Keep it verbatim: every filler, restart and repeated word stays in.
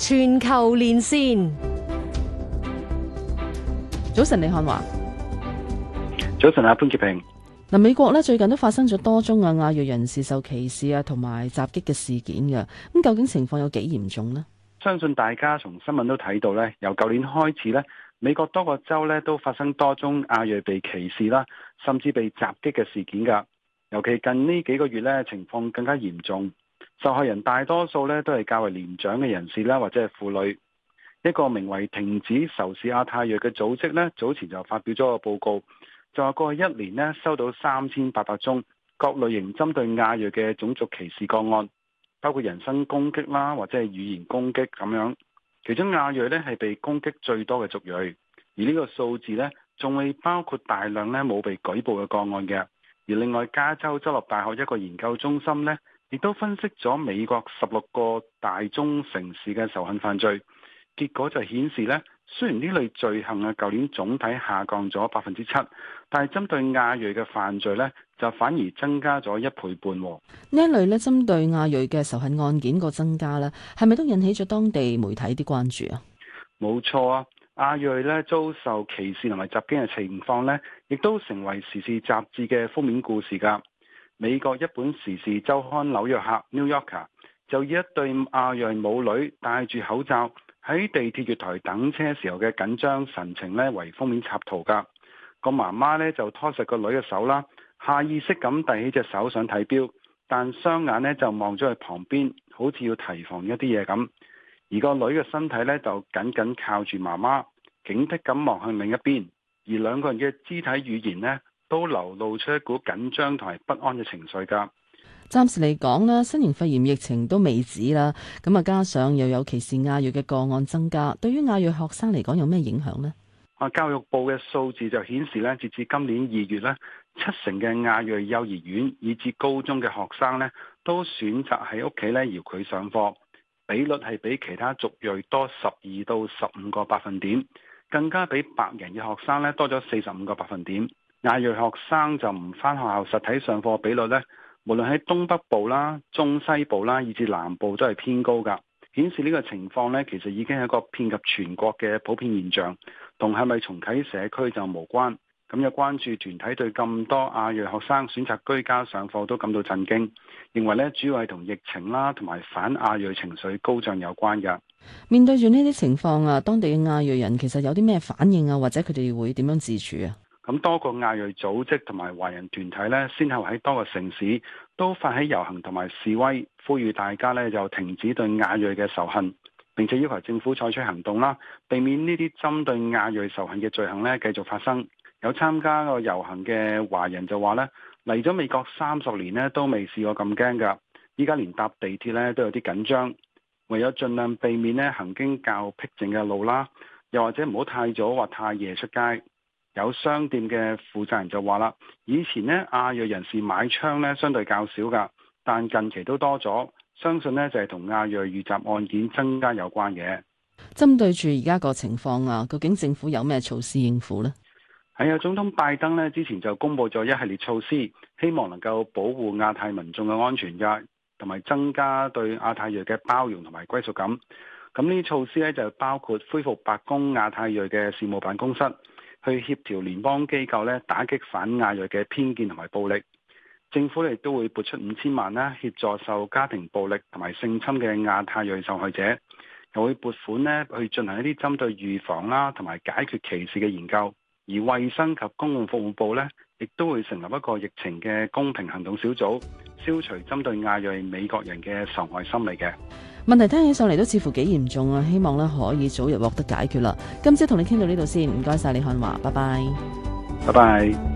全球連線， 早晨，李漢華。 早晨啊，潘潔平。 嗱，美國咧最近都發生咗多宗啊亞裔人士受歧視啊同埋襲擊嘅事件嘅，咁究竟情況有幾嚴重呢？ 相信大家從新聞都睇到咧，由舊年開始咧，美國多個州咧都發生多宗亞裔被歧視啦，甚至被襲擊嘅事件噶。尤其近呢幾個月咧，情況更加嚴重。受害人大多數咧都係較為年長嘅人士啦，或者係婦女。一個名為停止仇視亞太裔嘅組織咧，早前就發表咗個報告，就話過去一年咧收到三千八百宗各類型針對亞裔嘅種族歧視個案，包括人身攻擊啦，或者係語言攻擊咁樣。其中亞裔咧係被攻擊最多嘅族裔，而呢個數字咧仲未包括大量咧冇被舉報嘅個案嘅。而另外，加州州立大學一個研究中心咧，亦都分析咗美國十六個大中城市嘅仇恨犯罪，結果就顯示咧，雖然呢類罪行啊，舊年總體下降咗百分之七，但係針對亞裔嘅犯罪咧，就反而增加咗一倍半。呢一類咧針對亞裔嘅仇恨案件個增加咧，係咪都引起咗當地媒體啲關注啊？ 冇錯啊，亞裔咧遭受歧視同埋襲擊嘅情況咧，亦都成為時事雜誌嘅封面故事㗎。美國一本時事週刊《紐約客》（New Yorker） 就以一對亞裔母女戴住口罩喺地鐵月台等車時候嘅緊張神情咧為封面插圖㗎。個媽媽咧就拖實個女嘅手啦，下意識咁遞起隻手想睇錶，但雙眼咧就望咗去旁邊，好似要提防一啲嘢咁。而個女嘅身體咧就緊緊靠住媽媽，警惕咁望向另一邊。而兩個人嘅肢體語言呢，都流露出一股緊張同埋不安嘅情緒㗎。 暫時嚟講啦，新型肺炎疫情都未止啦，咁啊加上又有歧視亞裔嘅個案增加，對於亞裔學生嚟講有咩影響呢？ 啊，教育部嘅數字就顯示咧，截至今年二月咧，七成嘅亞裔幼兒園以至高中嘅學生咧，都選擇喺屋企咧遙距上課，比率係比其他族裔多十二到十五個百分點，更加比白人嘅學生咧多咗四十五個百分點。亞裔學生就唔返學校實體上課比率咧，無論喺東北部啦、中西部啦，以至南部都係偏高㗎，顯示呢個情況呢，其實已經係一個遍及全國嘅普遍現象，同係咪重啟社區就無關。咁有關注團體對咁多亞裔學生選擇居家上課都感到震驚，認為呢主要係同疫情啦同埋反亞裔情緒高漲有關㗎。 面對住呢啲情況啊，當地嘅亞裔人其實有啲咩反應啊，或者佢哋會點樣自處啊？ 咁多個亞裔組織同埋華人團體呢，先後喺多個城市都發起遊行同埋示威，呼籲大家呢就停止對亞裔嘅仇恨，並且要求政府採取行動啦，避免呢啲針對亞裔仇恨嘅罪行呢繼續發生。有參加個遊行嘅華人就話呢，嚟咗美國三十年呢都未試過咁驚㗎，依家連搭地鐵呢都有啲緊張，唯有盡量避免呢行經較僻靜嘅路啦，又或者唔好太早或太夜出街。有商店嘅負責人就話啦，以前呢亞裔人士買槍呢相對較少㗎，但近期都多咗，相信呢就係同亞裔遇襲案件增加有關嘅。 針對住而家個情況啊，究竟政府有咩措施應付呢？ 係啊，總統拜登呢之前就公布咗一系列措施，希望能夠保護亞太民眾嘅安全㗎，同埋增加對亞太裔嘅包容同埋歸屬感。咁呢啲措施呢，就包括恢復白宮亞太裔嘅事務辦公室，去協調聯邦機構咧打擊反亞裔嘅偏見同埋暴力。政府亦都會撥出五千萬啦，協助受家庭暴力同埋性侵嘅亞太裔受害者，又會撥款咧去進行一啲針對預防啦同埋解決歧視嘅研究。而衛生及公共服務部呢，亦都會成立一個疫情嘅公平行動小組，消除針對亞裔美國人嘅受害心理嘅問題。聽起上嚟都似乎幾嚴重啊！希望咧可以早日獲得解決啦。今朝同你傾到呢度先，唔該晒李漢華，拜拜。 拜拜。